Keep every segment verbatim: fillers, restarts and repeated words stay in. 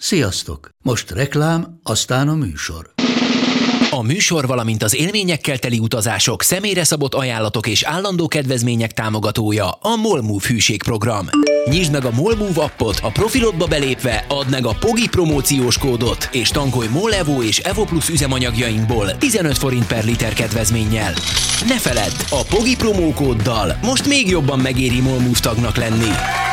Sziasztok! Most reklám, aztán a műsor. A műsor, valamint az élményekkel teli utazások, személyre szabott ajánlatok és állandó kedvezmények támogatója a MOLMOVE hűségprogram. Nyisd meg a MOLMOVE appot, a profilodba belépve add meg a Pogi promóciós kódot, és tankolj MOL Evo és Evo Plus üzemanyagjainkból tizenöt forint per liter kedvezménnyel. Ne feledd, a Pogi promókóddal most még jobban megéri MOLMOVE tagnak lenni.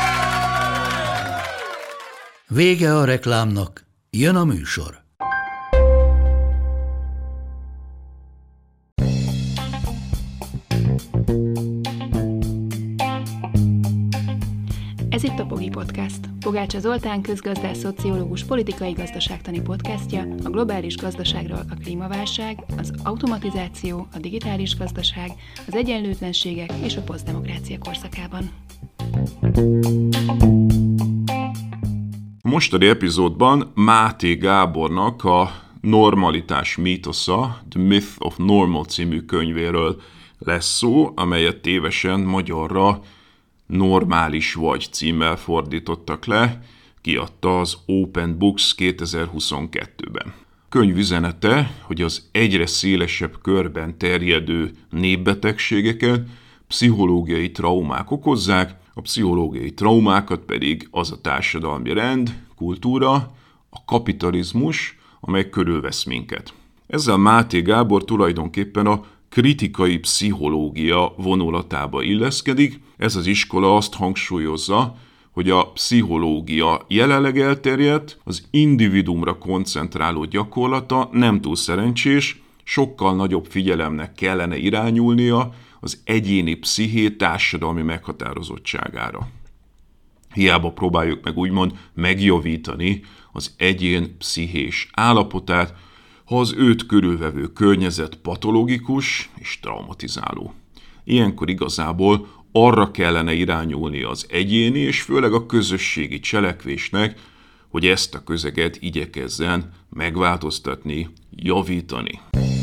Vége a reklámnak, jön a műsor. Ez itt a Pogi Podcast. Pogácsa Zoltán közgazdász, szociológus, politikai gazdaságtani podcastja a globális gazdaságról, a klímaválság, az automatizáció, a digitális gazdaság, az egyenlőtlenségek és a posztdemokrácia korszakában. A mostani epizódban Máté Gábornak a Normalitás mítosza, The Myth of Normal című könyvéről lesz szó, amelyet tévesen magyarra Normális vagy címmel fordítottak le, kiadta az Open Books kétezer-huszonkettőben. A könyv üzenete, hogy az egyre szélesebb körben terjedő népbetegségeket pszichológiai traumák okozzák, a pszichológiai traumákat pedig az a társadalmi rend, kultúra, a kapitalizmus, amely körülvesz minket. Ezzel Máté Gábor tulajdonképpen a kritikai pszichológia vonulatába illeszkedik. Ez az iskola azt hangsúlyozza, hogy a pszichológia jelenleg elterjedt, az individuumra koncentráló gyakorlata nem túl szerencsés, sokkal nagyobb figyelemnek kellene irányulnia az egyéni psziché társadalmi meghatározottságára. Hiába próbáljuk meg úgymond megjavítani az egyén pszichés állapotát, ha az őt körülvevő környezet patológikus és traumatizáló. Ilyenkor igazából arra kellene irányulni az egyéni és főleg a közösségi cselekvésnek, hogy ezt a közeget igyekezzen megváltoztatni, javítani.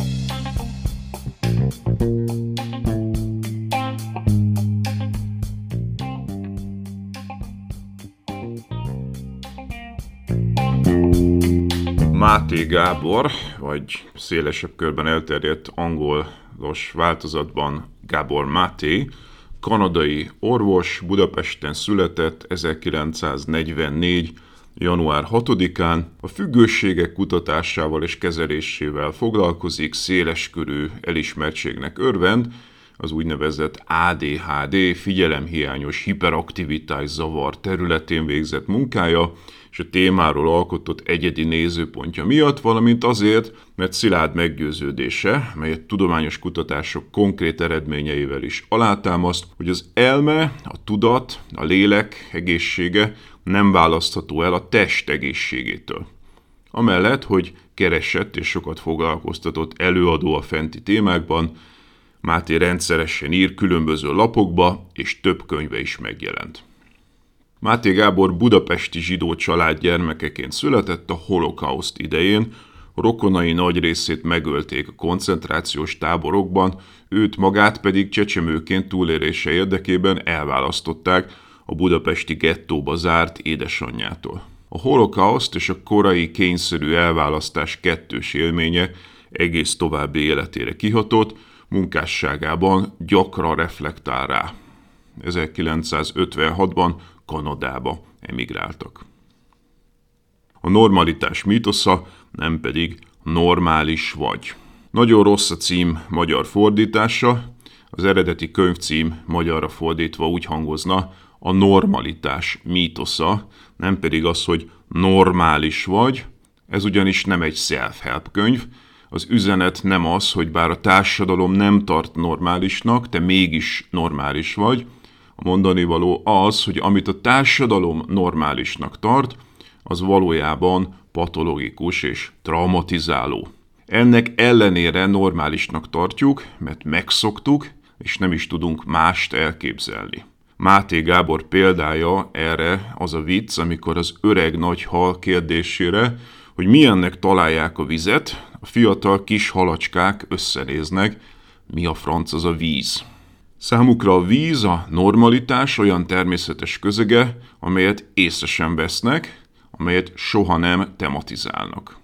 Máté Gábor, vagy szélesebb körben elterjedt angolos változatban Gábor Máté, kanadai orvos, Budapesten született ezerkilencszáznegyvennégy. január hatodikán, a függőségek kutatásával és kezelésével foglalkozik, széleskörű elismertségnek örvend, az úgynevezett á dé há dé, figyelemhiányos hiperaktivitás zavar területén végzett munkája, és a témáról alkotott egyedi nézőpontja miatt, valamint azért, mert szilárd meggyőződése, melyet tudományos kutatások konkrét eredményeivel is alátámaszt, hogy az elme, a tudat, a lélek egészsége nem választható el a test egészségétől. Amellett, hogy keresett és sokat foglalkoztatott előadó a fenti témákban, Máté rendszeresen ír különböző lapokba, és több könyve is megjelent. Máté Gábor budapesti zsidó család gyermekeként született a holokauszt idején, rokonai nagy részét megölték a koncentrációs táborokban, őt magát pedig csecsemőként túlélése érdekében elválasztották a budapesti gettóba zárt édesanyjától. A holokauszt és a korai kényszerű elválasztás kettős élménye egész további életére kihatott, munkásságában gyakran reflektál rá. ezerkilencszázötvenhatban Kanadába emigráltak. A normalitás mítosza, nem pedig normális vagy. Nagyon rossz a cím magyar fordítása, az eredeti könyvcím magyarra fordítva úgy hangozna, a normalitás mítosza, nem pedig az, hogy normális vagy, ez ugyanis nem egy self-help könyv. Az üzenet nem az, hogy bár a társadalom nem tart normálisnak, te mégis normális vagy. A mondani való az, hogy amit a társadalom normálisnak tart, az valójában patológikus és traumatizáló. Ennek ellenére normálisnak tartjuk, mert megszoktuk, és nem is tudunk mást elképzelni. Máté Gábor példája erre az a vicc, amikor az öreg nagy hal kérdésére, hogy milyennek találják a vizet, a fiatal kis halacskák összenéznek, mi a franc az a víz. Számukra a víz, a normalitás olyan természetes közege, amelyet észre sem vesznek, amelyet soha nem tematizálnak.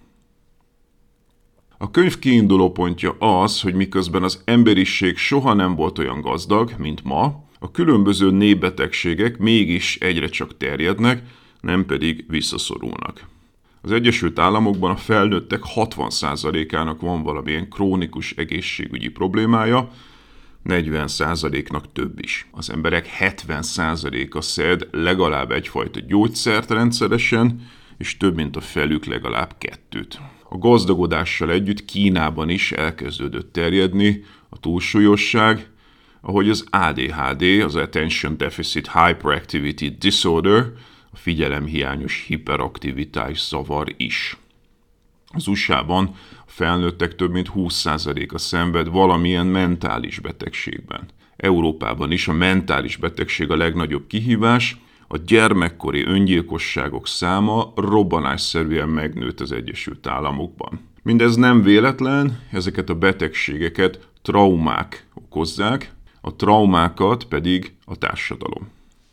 A könyv kiinduló pontja az, hogy miközben az emberiség soha nem volt olyan gazdag, mint ma, a különböző népbetegségek mégis egyre csak terjednek, nem pedig visszaszorulnak. Az Egyesült Államokban a felnőttek hatvan százalékának van valamilyen krónikus egészségügyi problémája, negyven százaléknak több is. Az emberek hetven százaléka szed legalább egyfajta gyógyszert rendszeresen, és több mint a felük legalább kettőt. A gazdagodással együtt Kínában is elkezdődött terjedni a túlsúlyosság, ahogy az á dé há dé, az Attention Deficit Hyperactivity Disorder, a figyelemhiányos hiperaktivitás zavar is. Az u es á-ban a felnőttek több mint húsz százaléka szenved valamilyen mentális betegségben. Európában is a mentális betegség a legnagyobb kihívás, a gyermekkori öngyilkosságok száma robbanásszerűen megnőtt az Egyesült Államokban. Mindez nem véletlen, ezeket a betegségeket traumák okozzák, a traumákat pedig a társadalom.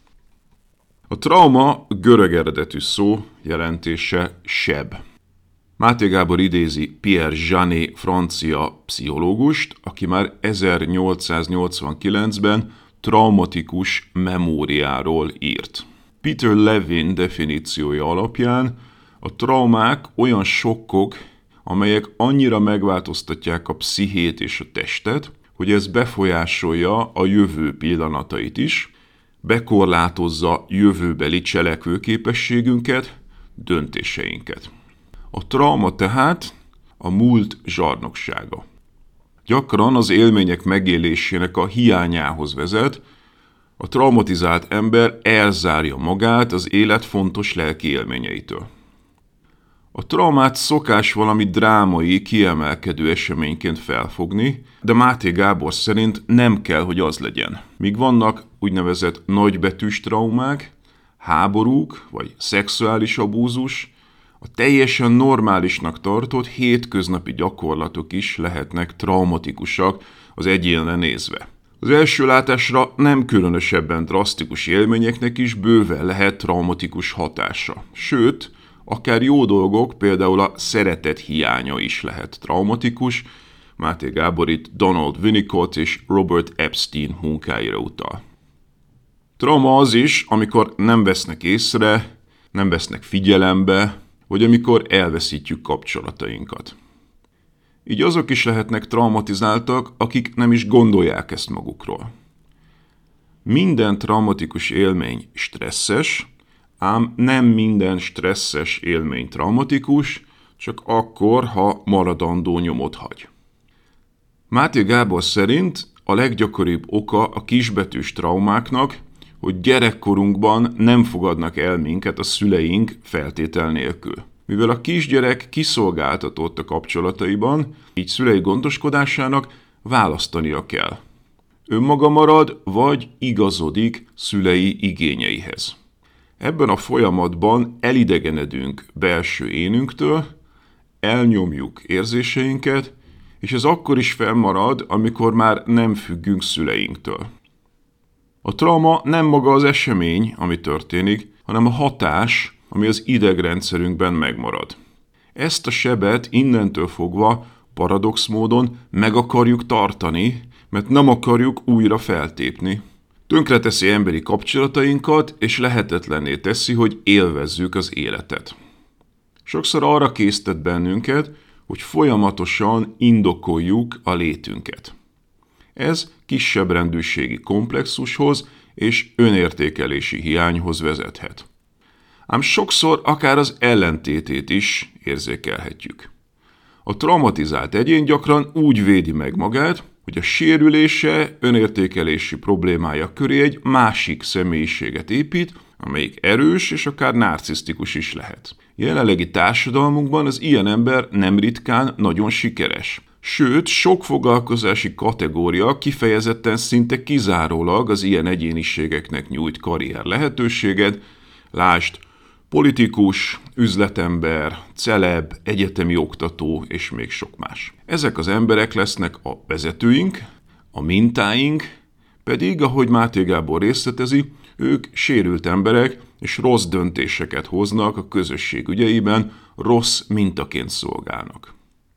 A trauma görög eredetű szó, jelentése seb. Máté Gábor idézi Pierre Janet francia pszichológust, aki már ezernyolcszáznyolcvankilencben traumatikus memóriáról írt. Peter Levin definíciója alapján a traumák olyan sokkok, amelyek annyira megváltoztatják a pszichét és a testet, hogy ez befolyásolja a jövő pillanatait is, bekorlátozza jövőbeli cselekvőképességünket, döntéseinket. A trauma tehát a múlt zsarnoksága. Gyakran az élmények megélésének a hiányához vezet, a traumatizált ember elzárja magát az élet fontos lelki élményeitől. A traumát szokás valami drámai, kiemelkedő eseményként felfogni, de Máté Gábor szerint nem kell, hogy az legyen. Míg vannak úgynevezett nagybetűs traumák, háborúk vagy szexuális abúzus, a teljesen normálisnak tartott hétköznapi gyakorlatok is lehetnek traumatikusak az egyénre nézve. Az első látásra nem különösebben drasztikus élményeknek is bőven lehet traumatikus hatása. Sőt, akár jó dolgok, például a szeretet hiánya is lehet traumatikus. Máté Gábor itt Donald Winnicott és Robert Epstein munkáira utal. Trauma az is, amikor nem vesznek észre, nem vesznek figyelembe, vagy amikor elveszítjük kapcsolatainkat. Így azok is lehetnek traumatizáltak, akik nem is gondolják ezt magukról. Minden traumatikus élmény stresszes, ám nem minden stresszes élmény traumatikus, csak akkor, ha maradandó nyomot hagy. Máté Gábor szerint a leggyakoribb oka a kisbetűs traumáknak, hogy gyerekkorunkban nem fogadnak el minket a szüleink feltétel nélkül. Mivel a kisgyerek kiszolgáltatott a kapcsolataiban, így szülei gondoskodásának választania kell. Önmaga marad, vagy igazodik szülei igényeihez. Ebben a folyamatban elidegenedünk belső énünktől, elnyomjuk érzéseinket, és ez akkor is fennmarad, amikor már nem függünk szüleinktől. A trauma nem maga az esemény, ami történik, hanem a hatás, ami az idegrendszerünkben megmarad. Ezt a sebet innentől fogva paradox módon meg akarjuk tartani, mert nem akarjuk újra feltépni. Tönkreteszi emberi kapcsolatainkat, és lehetetlenné teszi, hogy élvezzük az életet. Sokszor arra késztet bennünket, hogy folyamatosan indokoljuk a létünket. Ez kisebb rendűségi komplexushoz és önértékelési hiányhoz vezethet. Ám sokszor akár az ellentétét is érzékelhetjük. A traumatizált egyén gyakran úgy védi meg magát, hogy a sérülése, önértékelési problémája köré egy másik személyiséget épít, amelyik erős és akár narcisztikus is lehet. Jelenlegi társadalmunkban az ilyen ember nem ritkán nagyon sikeres. Sőt, sok foglalkozási kategória kifejezetten szinte kizárólag az ilyen egyéniségeknek nyújt karrier lehetőséget, lásd politikus, üzletember, celeb, egyetemi oktató és még sok más. Ezek az emberek lesznek a vezetőink, a mintáink, pedig, ahogy Máté Gábor részletezi, Ők sérült emberek, és rossz döntéseket hoznak a közösség ügyeiben, rossz mintaként szolgálnak.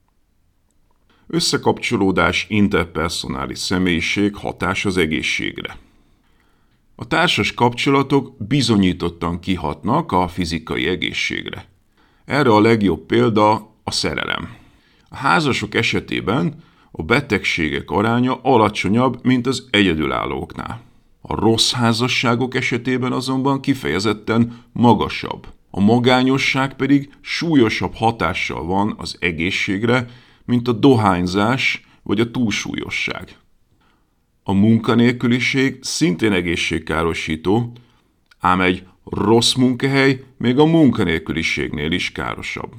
Összekapcsolódás, interpersonális személyiség, hatás az egészségre. A társas kapcsolatok bizonyítottan kihatnak a fizikai egészségre. Erre a legjobb példa a szerelem. A házasok esetében a betegségek aránya alacsonyabb, mint az egyedülállóknál. A rossz házasságok esetében azonban kifejezetten magasabb. A magányosság pedig súlyosabb hatással van az egészségre, mint a dohányzás vagy a túlsúlyosság. A munkanélküliség szintén egészségkárosító, ám egy rossz munkahely még a munkanélküliségnél is károsabb.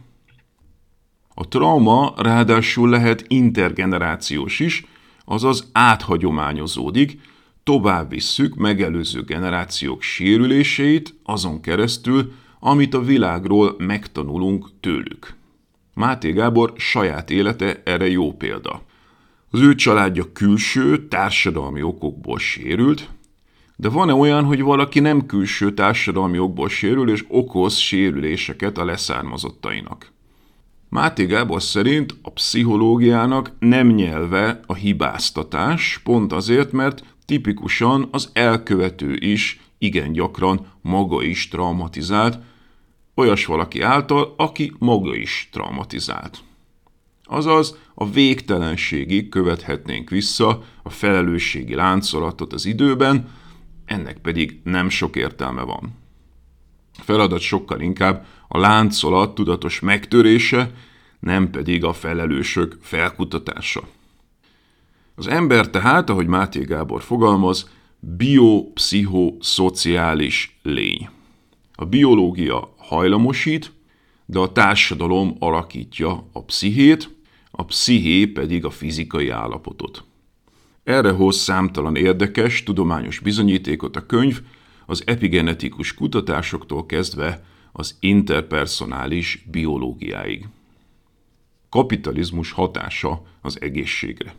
A trauma ráadásul lehet intergenerációs is, azaz áthagyományozódik, tovább visszük megelőző generációk sérüléseit azon keresztül, amit a világról megtanulunk tőlük. Máté Gábor saját élete erre jó példa. Az ő családja külső, társadalmi okokból sérült, de van-e olyan, hogy valaki nem külső társadalmi okból sérül és okoz sérüléseket a leszármazottainak? Máté Gábor szerint a pszichológiának nem nyelve a hibáztatás, pont azért, mert tipikusan az elkövető is igen gyakran maga is traumatizált, olyas valaki által, aki maga is traumatizált. Azaz a végtelenségig követhetnénk vissza a felelősségi láncolatot az időben, ennek pedig nem sok értelme van. A feladat sokkal inkább a láncolat tudatos megtörése, nem pedig a felelősök felkutatása. Az ember tehát, ahogy Máté Gábor fogalmaz, biopszichoszociális lény. A biológia hajlamosít, de a társadalom alakítja a pszichét, a psziché pedig a fizikai állapotot. Erre hoz számtalan érdekes, tudományos bizonyítékot a könyv, az epigenetikus kutatásoktól kezdve az interpersonális biológiáig. Kapitalizmus hatása az egészségre.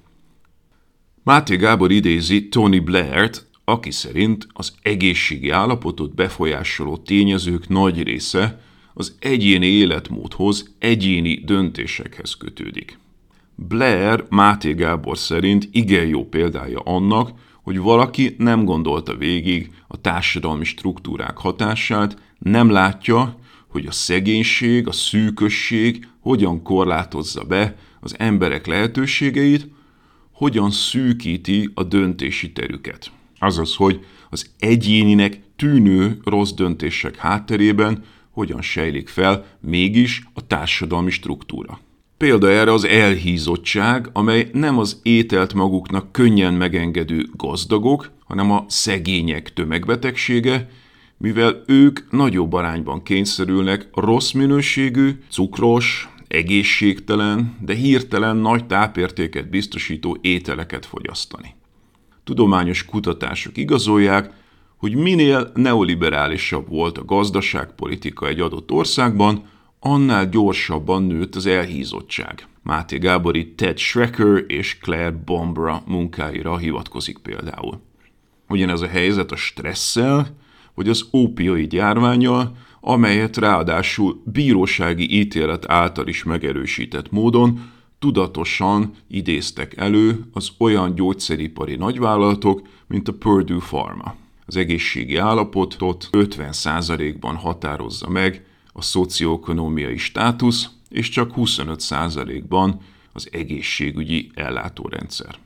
Máté Gábor idézi Tony Blairt, aki szerint az egészségi állapotot befolyásoló tényezők nagy része az egyéni életmódhoz, egyéni döntésekhez kötődik. Blair Máté Gábor szerint igen jó példája annak, hogy valaki nem gondolta végig a társadalmi struktúrák hatását, nem látja, hogy a szegénység, a szűkösség hogyan korlátozza be az emberek lehetőségeit, hogyan szűkíti a döntési terüket. Azaz, hogy az egyéninek tűnő rossz döntések hátterében hogyan sejlik fel mégis a társadalmi struktúra. Példa erre az elhízottság, amely nem az ételt maguknak könnyen megengedő gazdagok, hanem a szegények tömegbetegsége, mivel ők nagyobb arányban kényszerülnek rossz minőségű, cukros, egészségtelen, de hirtelen nagy tápértéket biztosító ételeket fogyasztani. Tudományos kutatások igazolják, hogy minél neoliberálisabb volt a gazdaságpolitika egy adott országban, annál gyorsabban nőtt az elhízottság. Máté Gábor itt Ted Schrecker és Claire Bombra munkáira hivatkozik például. Ugyanez a helyzet a stresszel, vagy az ópioid járvánnyal, amelyet ráadásul bírósági ítélet által is megerősített módon tudatosan idéztek elő az olyan gyógyszeripari nagyvállalatok, mint a Purdue Pharma. Az egészségi állapotot ötven százalékban határozza meg a szocioökonómiai státusz, és csak huszonöt százalékban az egészségügyi ellátórendszer.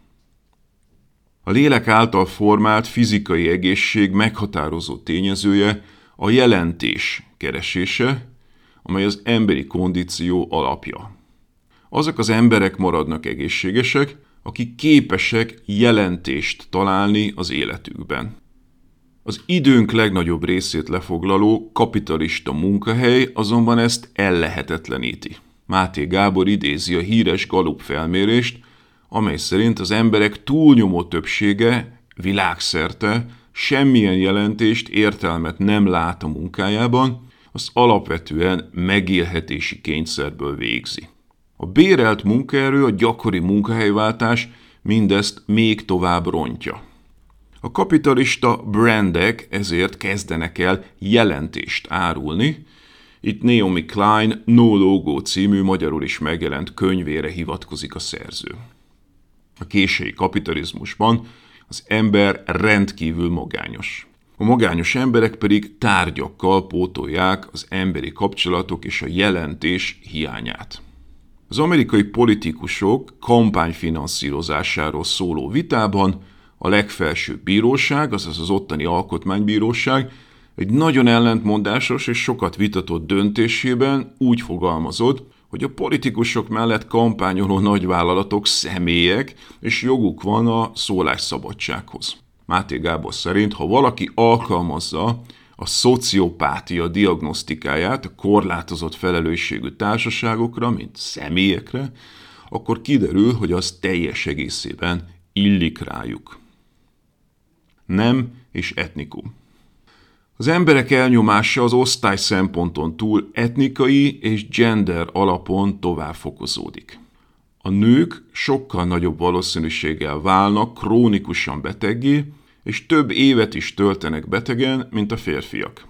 A lélek által formált fizikai egészség meghatározó tényezője a jelentés keresése, amely az emberi kondíció alapja. Azok az emberek maradnak egészségesek, akik képesek jelentést találni az életükben. Az időnk legnagyobb részét lefoglaló kapitalista munkahely azonban ezt ellehetetleníti. Máté Gábor idézi a híres Gallup felmérést, amely szerint az emberek túlnyomó többsége világszerte semmilyen jelentést, értelmet nem lát a munkájában, azt alapvetően megélhetési kényszerből végzi. A bérelt munkaerő, a gyakori munkahelyváltás mindezt még tovább rontja. A kapitalista brandek ezért kezdenek el jelentést árulni. Itt Naomi Klein No Logo című magyarul is megjelent könyvére hivatkozik a szerző. A késői kapitalizmusban az ember rendkívül magányos. A magányos emberek pedig tárgyakkal pótolják az emberi kapcsolatok és a jelentés hiányát. Az amerikai politikusok kampányfinanszírozásáról szóló vitában a legfelsőbb bíróság, azaz az ottani alkotmánybíróság egy nagyon ellentmondásos és sokat vitatott döntésében úgy fogalmazott, hogy a politikusok mellett kampányoló nagyvállalatok személyek, és joguk van a szólásszabadsághoz. Máté Gábor szerint, ha valaki alkalmazza a szociopátia diagnosztikáját a korlátozott felelősségű társaságokra, mint személyekre, akkor kiderül, hogy az teljes egészében illik rájuk. Nem és etnikum. Az emberek elnyomása az osztály szemponton túl etnikai és gender alapon tovább fokozódik. A nők sokkal nagyobb valószínűséggel válnak krónikusan beteggé, és több évet is töltenek betegen, mint a férfiak.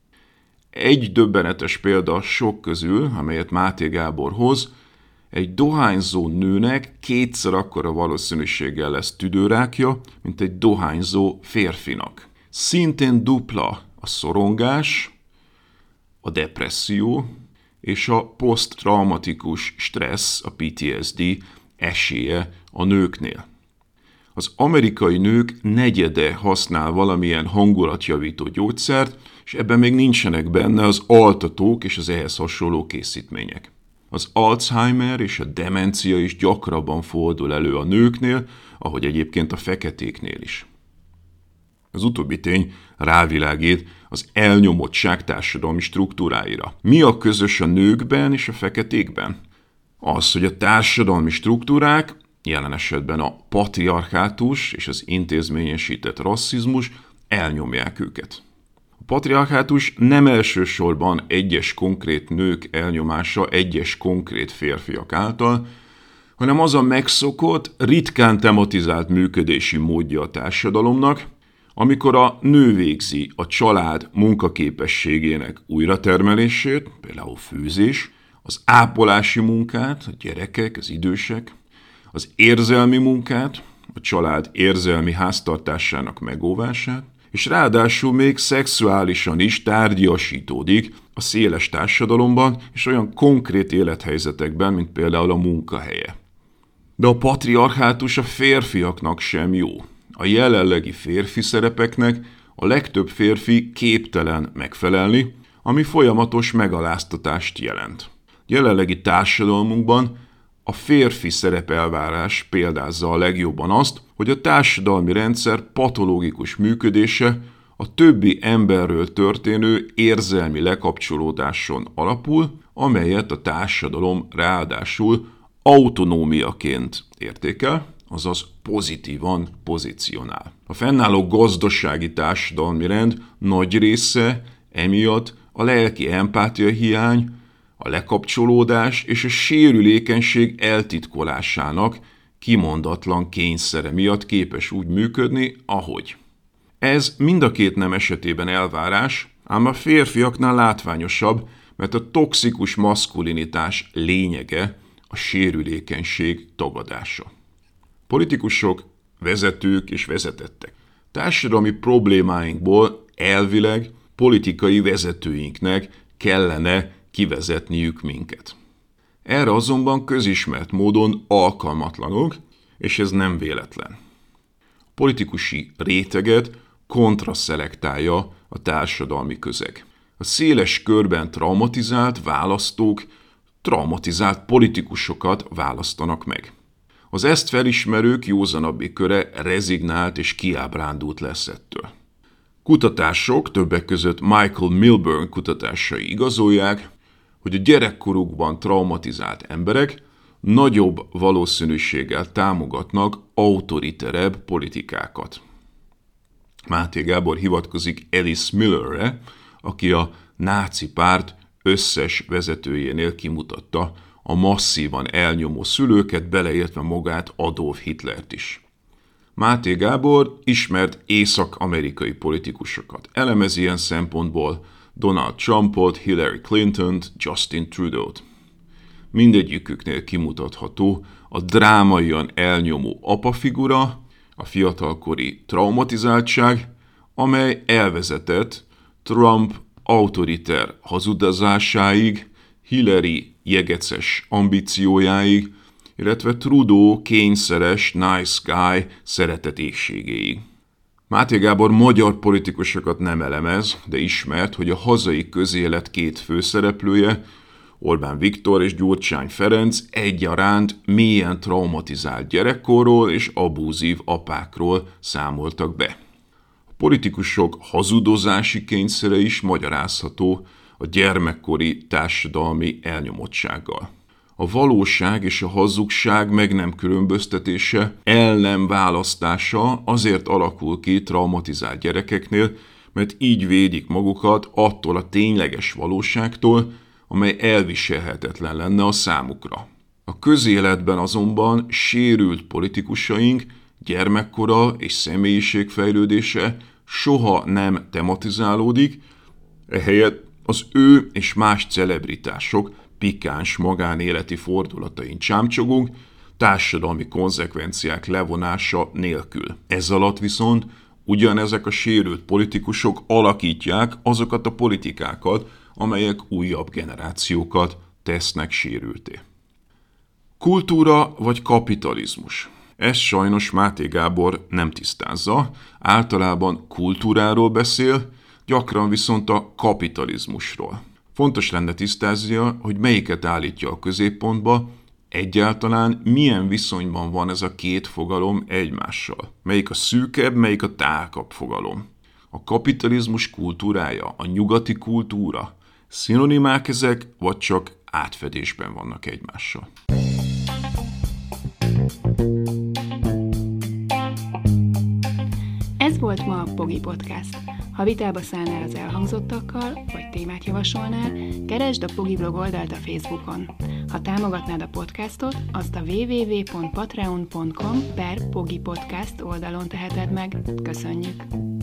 Egy döbbenetes példa sok közül, amelyet Máté Gábor hoz, egy dohányzó nőnek kétszer akkora valószínűséggel lesz tüdőrákja, mint egy dohányzó férfinak. Szintén dupla a szorongás, a depresszió és a poszttraumatikus stressz, a pé té es dé esélye a nőknél. Az amerikai nők negyede használ valamilyen hangulatjavító gyógyszert, és ebben még nincsenek benne az altatók és az ehhez hasonló készítmények. Az Alzheimer és a demencia is gyakrabban fordul elő a nőknél, ahogy egyébként a feketéknél is. Az utóbbi tény rávilágít az elnyomottság társadalmi struktúráira. Mi a közös a nőkben és a feketékben? Az, hogy a társadalmi struktúrák, jelen esetben a patriarchátus és az intézményesített rasszizmus elnyomják őket. A patriarchátus nem elsősorban egyes konkrét nők elnyomása egyes konkrét férfiak által, hanem az a megszokott, ritkán tematizált működési módja a társadalomnak, amikor a nő végzi a család munkaképességének újratermelését, például főzés, az ápolási munkát, a gyerekek, az idősek, az érzelmi munkát, a család érzelmi háztartásának megóvását, és ráadásul még szexuálisan is tárgyasítódik a széles társadalomban és olyan konkrét élethelyzetekben, mint például a munkahelye. De a patriarchátus a férfiaknak sem jó. A jelenlegi férfi szerepeknek a legtöbb férfi képtelen megfelelni, ami folyamatos megaláztatást jelent. Jelenlegi társadalmunkban a férfi szerepelvárás példázza a legjobban azt, hogy a társadalmi rendszer patológikus működése a többi emberről történő érzelmi lekapcsolódáson alapul, amelyet a társadalom ráadásul autonómiaként értékel, azaz pozitívan pozícionál. A fennálló gazdasági társadalmi rend nagy része emiatt a lelki empátia hiány, a lekapcsolódás és a sérülékenység eltitkolásának kimondatlan kényszere miatt képes úgy működni, ahogy. Ez mind a két nem esetében elvárás, ám a férfiaknál látványosabb, mert a toxikus maszkulinitás lényege a sérülékenység tagadása. Politikusok, vezetők és vezetettek. Társadalmi problémáinkból elvileg politikai vezetőinknek kellene kivezetniük minket. Erre azonban közismert módon alkalmatlanok, és ez nem véletlen. A politikusi réteget kontraszelektálja a társadalmi közeg. A széles körben traumatizált választók traumatizált politikusokat választanak meg. Az ezt felismerők józanabbi köre rezignált és kiábrándult lesz ettől. Kutatások, többek között Michael Milburn kutatásai igazolják, hogy a gyerekkorukban traumatizált emberek nagyobb valószínűséggel támogatnak autoriterebb politikákat. Máté Gábor hivatkozik Alice Millerre, aki a náci párt összes vezetőjénél kimutatta a masszívan elnyomó szülőket, beleértve magát Adolf Hitlert is. Máté Gábor ismert észak-amerikai politikusokat. Elemez ilyen szempontból Donald Trumpot, Hillary Clintont, Justin Trudeau-t. Mindegyiküknél kimutatható a drámaian elnyomó apafigura, a fiatalkori traumatizáltság, amely elvezetett Trump autoriter hazudozásáig, Hillary jegeces ambíciójáig, illetve Trudeau kényszeres nice guy szeretetésségéig. Máté Gábor magyar politikusokat nem elemez, de ismert, hogy a hazai közélet két főszereplője, Orbán Viktor és Gyurcsány Ferenc egyaránt mélyen traumatizált gyerekkorról és abúzív apákról számoltak be. A politikusok hazudozási kényszere is magyarázható a gyermekkori társadalmi elnyomottsággal. A valóság és a hazugság meg nem különböztetése, el nem választása azért alakul ki traumatizált gyerekeknél, mert így védik magukat attól a tényleges valóságtól, amely elviselhetetlen lenne a számukra. A közéletben azonban sérült politikusaink gyermekkora és személyiségfejlődése soha nem tematizálódik, ehelyett az ő és más celebritások pikáns magánéleti fordulatain csámcsogunk, társadalmi konzekvenciák levonása nélkül. Ez alatt viszont ugyanezek a sérült politikusok alakítják azokat a politikákat, amelyek újabb generációkat tesznek sérülté. Kultúra vagy kapitalizmus? Ezt sajnos Máté Gábor nem tisztázza, általában kultúráról beszél, gyakran viszont a kapitalizmusról. Fontos lenne tisztáznia, hogy melyiket állítja a középpontba, egyáltalán milyen viszonyban van ez a két fogalom egymással. Melyik a szűkebb, melyik a tágabb fogalom. A kapitalizmus kultúrája, a nyugati kultúra, szinonimák ezek, vagy csak átfedésben vannak egymással? Ez volt ma a Pogi Podcast. Ha vitába szállnál az elhangzottakkal, vagy témát javasolnál, keresd a Pogi blog oldalt a Facebookon. Ha támogatnád a podcastot, azt a double-u double-u double-u pont patreon pont com per Pogi Podcast oldalon teheted meg. Köszönjük!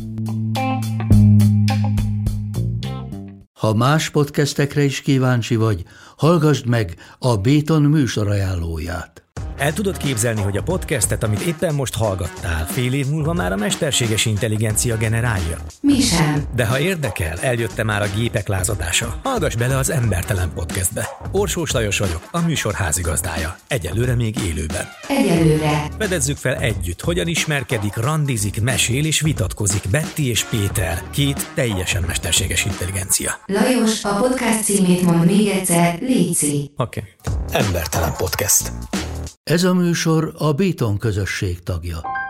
Ha más podcastekre is kíváncsi vagy, hallgassd meg a Béton műsor ajánlóját. El tudod képzelni, hogy a podcastet, amit éppen most hallgattál, fél év múlva már a mesterséges intelligencia generálja? Mi sem. De ha érdekel, eljött már a gépek lázadása. Hallgass bele az Embertelen Podcastbe. Orsós Lajos vagyok, a műsor házigazdája. Egyelőre még élőben. Egyelőre. Fedezzük fel együtt, hogyan ismerkedik, randizik, mesél és vitatkozik Betty és Péter, két teljesen mesterséges intelligencia. Lajos, a podcast címét mond még egyszer, léci. Oké. Okay. Embertelen Podcast. Ez a műsor a Béton közösség tagja.